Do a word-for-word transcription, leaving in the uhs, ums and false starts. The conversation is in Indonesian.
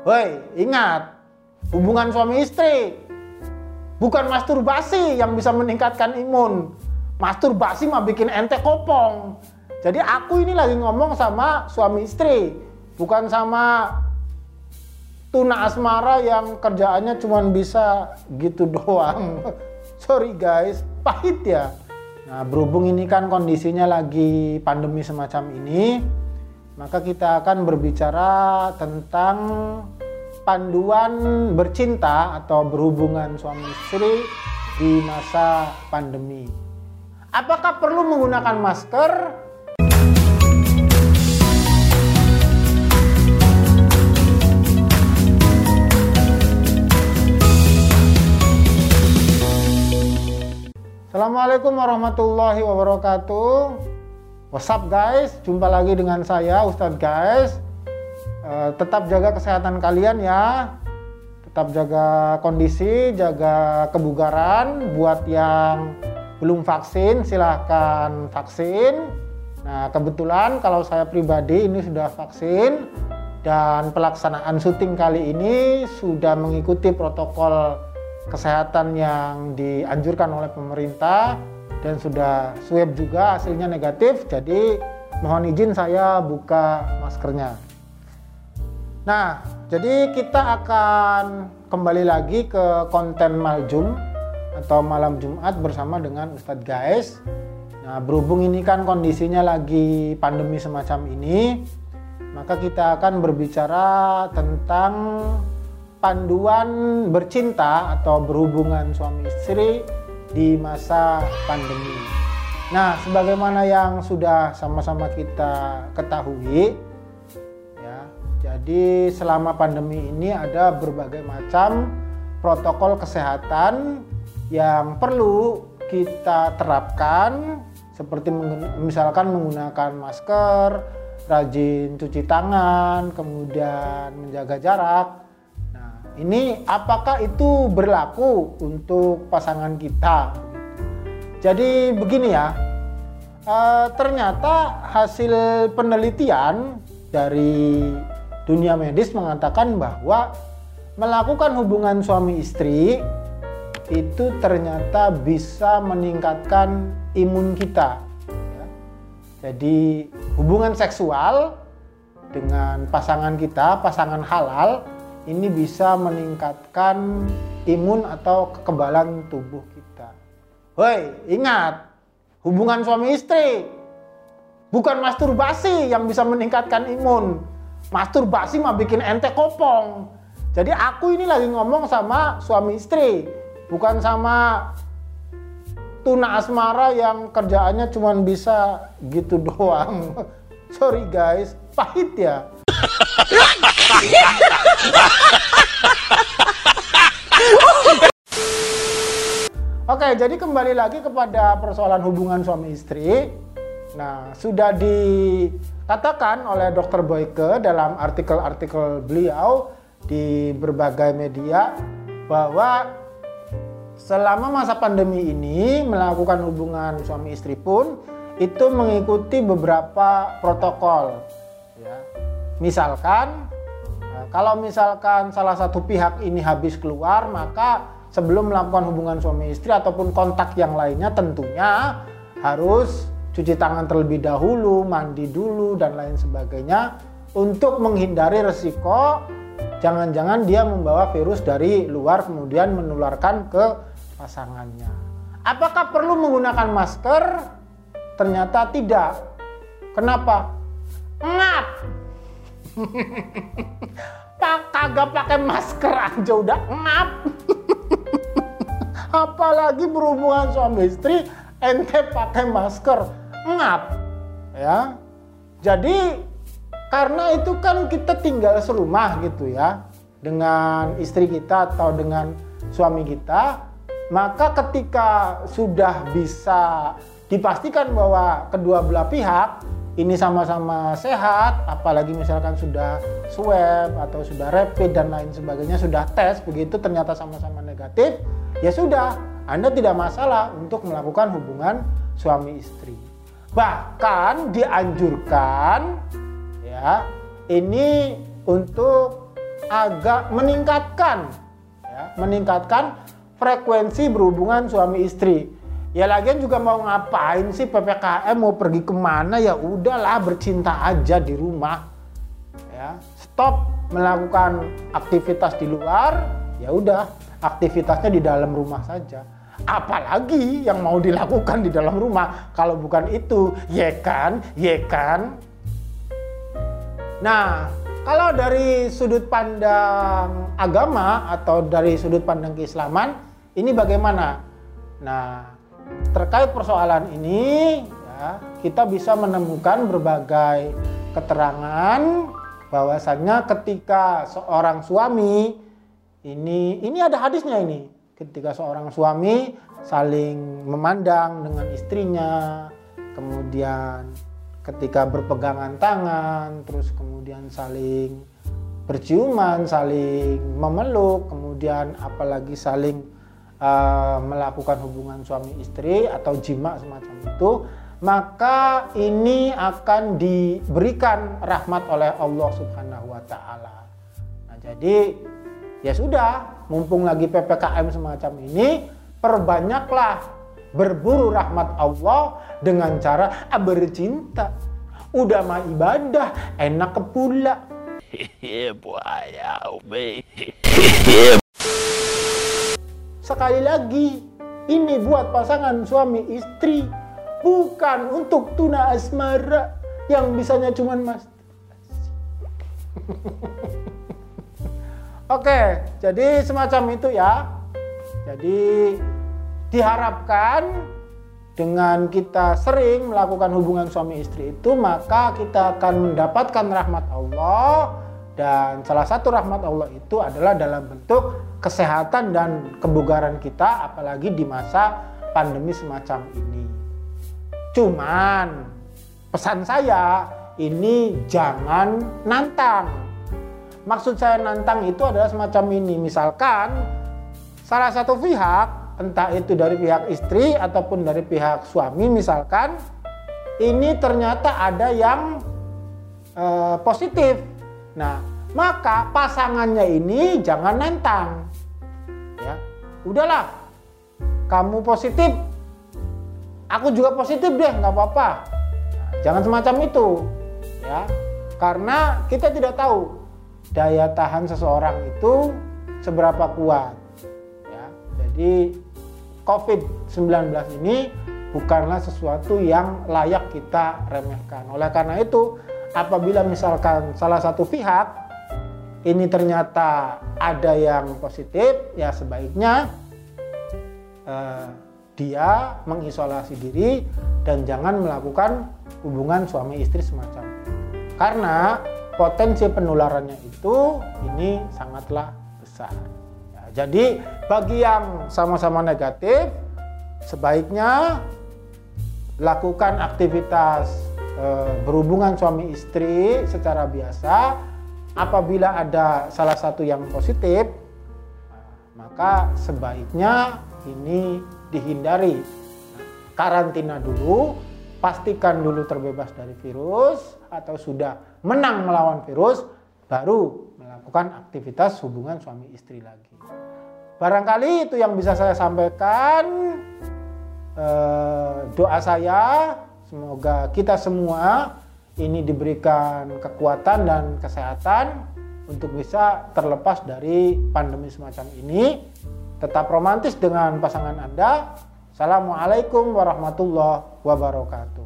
Woi, ingat, hubungan suami istri bukan masturbasi yang bisa meningkatkan imun. Masturbasi mah bikin ente kopong. Jadi aku ini lagi ngomong sama suami istri, bukan sama tuna asmara yang kerjaannya cuma bisa gitu doang. Sorry guys, pahit ya. Nah, berhubung ini kan kondisinya lagi pandemi semacam ini, maka kita akan berbicara tentang panduan bercinta atau berhubungan suami istri di masa pandemi. Apakah perlu menggunakan masker? Assalamualaikum warahmatullahi wabarakatuh. What's up guys? Jumpa lagi dengan saya Ustadz guys. Uh, tetap jaga kesehatan kalian ya. Tetap jaga kondisi, jaga kebugaran. Buat yang belum vaksin silahkan vaksin. Nah kebetulan kalau saya pribadi ini sudah vaksin. Dan pelaksanaan syuting kali ini sudah mengikuti protokol kesehatan yang dianjurkan oleh pemerintah dan sudah swab juga hasilnya negatif, jadi mohon izin saya buka maskernya. Nah, jadi kita akan kembali lagi ke konten Maljum atau malam Jumat bersama dengan Ustadz guys. Nah, berhubung ini kan kondisinya lagi pandemi semacam ini, maka kita akan berbicara tentang panduan bercinta atau berhubungan suami istri di masa pandemi. Nah, sebagaimana yang sudah sama-sama kita ketahui, ya, jadi selama pandemi ini ada berbagai macam protokol kesehatan yang perlu kita terapkan, seperti misalkan menggunakan masker, rajin cuci tangan, kemudian menjaga jarak. Ini apakah itu berlaku untuk pasangan kita? Jadi begini ya, e, ternyata hasil penelitian dari dunia medis mengatakan bahwa melakukan hubungan suami istri itu ternyata bisa meningkatkan imun kita. Jadi hubungan seksual dengan pasangan kita, pasangan halal, ini bisa meningkatkan imun atau kekebalan tubuh kita. Woi, ingat, hubungan suami istri bukan masturbasi yang bisa meningkatkan imun. Masturbasi mah bikin ente kopong. Jadi aku ini lagi ngomong sama suami istri, bukan sama tuna asmara yang kerjaannya cuma bisa gitu doang. Sorry guys, pahit ya. Oke, jadi kembali lagi kepada persoalan hubungan suami istri. Nah, sudah dikatakan oleh dokter Boyke dalam artikel-artikel beliau di berbagai media bahwa selama masa pandemi ini melakukan hubungan suami istri pun itu mengikuti beberapa protokol. Ya. Misalkan, kalau misalkan salah satu pihak ini habis keluar, maka sebelum melakukan hubungan suami istri ataupun kontak yang lainnya tentunya harus cuci tangan terlebih dahulu, mandi dulu dan lain sebagainya untuk menghindari resiko jangan-jangan dia membawa virus dari luar kemudian menularkan ke pasangannya. Apakah perlu menggunakan masker? Ternyata tidak. Kenapa? Ngap. Pak kagak pakai masker aja udah ngap. Apalagi berhubungan suami istri ente pakai masker ngap ya. Jadi karena itu kan kita tinggal serumah gitu ya dengan istri kita atau dengan suami kita, maka ketika sudah bisa dipastikan bahwa kedua belah pihak ini sama-sama sehat, apalagi misalkan sudah swab atau sudah rapid dan lain sebagainya, sudah tes, begitu ternyata sama-sama negatif, ya sudah, Anda tidak masalah untuk melakukan hubungan suami istri. Bahkan dianjurkan ya ini untuk agak meningkatkan, ya, meningkatkan frekuensi berhubungan suami istri. Ya lagian juga mau ngapain sih P P K M, mau pergi kemana, ya udahlah bercinta aja di rumah. Ya, stop melakukan aktivitas di luar, ya udah aktivitasnya di dalam rumah saja. Apalagi yang mau dilakukan di dalam rumah kalau bukan itu, ya kan, ya kan. Nah, kalau dari sudut pandang agama atau dari sudut pandang keislaman, ini bagaimana? Nah, terkait persoalan ini, ya, kita bisa menemukan berbagai keterangan bahwasannya ketika seorang suami, ini, ini ada hadisnya ini, ketika seorang suami saling memandang dengan istrinya, kemudian ketika berpegangan tangan, terus kemudian saling berciuman, saling memeluk, kemudian apalagi saling uh, melakukan hubungan suami istri atau jima semacam itu, maka ini akan diberikan rahmat oleh Allah Subhanahu wa taala. Nah, jadi ya sudah, mumpung lagi P P K M semacam ini, perbanyaklah berburu rahmat Allah dengan cara bercinta. Udah mah ibadah, enak ke pula. Sekali lagi, ini buat pasangan suami istri, bukan untuk tuna asmara yang bisanya cuman masturbasi. Oke, jadi semacam itu ya. Jadi diharapkan dengan kita sering melakukan hubungan suami istri itu, maka kita akan mendapatkan rahmat Allah, dan salah satu rahmat Allah itu adalah dalam bentuk kesehatan dan kebugaran kita, apalagi di masa pandemi semacam ini. Cuman pesan saya ini jangan nantang. Maksud saya nantang itu adalah semacam ini, misalkan salah satu pihak, entah itu dari pihak istri ataupun dari pihak suami misalkan, ini ternyata ada yang e, positif. Nah, maka pasangannya ini jangan nantang. Ya, udahlah, kamu positif, aku juga positif deh, nggak apa-apa. Nah, jangan semacam itu, ya, karena kita tidak tahu daya tahan seseorang itu seberapa kuat. Ya, jadi covid sembilan belas ini bukanlah sesuatu yang layak kita remehkan. Oleh karena itu, apabila misalkan salah satu pihak ini ternyata ada yang positif, ya sebaiknya eh, dia mengisolasi diri dan jangan melakukan hubungan suami istri semacam itu. Karena potensi penularannya itu ini sangatlah besar. Jadi bagi yang sama-sama negatif, sebaiknya lakukan aktivitas e, berhubungan suami istri secara biasa. Apabila ada salah satu yang positif, maka sebaiknya ini dihindari. Karantina dulu, pastikan dulu terbebas dari virus atau sudah menang melawan virus, baru melakukan aktivitas hubungan suami istri lagi. Barangkali itu yang bisa saya sampaikan. Eh, doa saya semoga kita semua ini diberikan kekuatan dan kesehatan untuk bisa terlepas dari pandemi semacam ini. Tetap romantis dengan pasangan Anda. Assalamualaikum warahmatullahi wabarakatuh.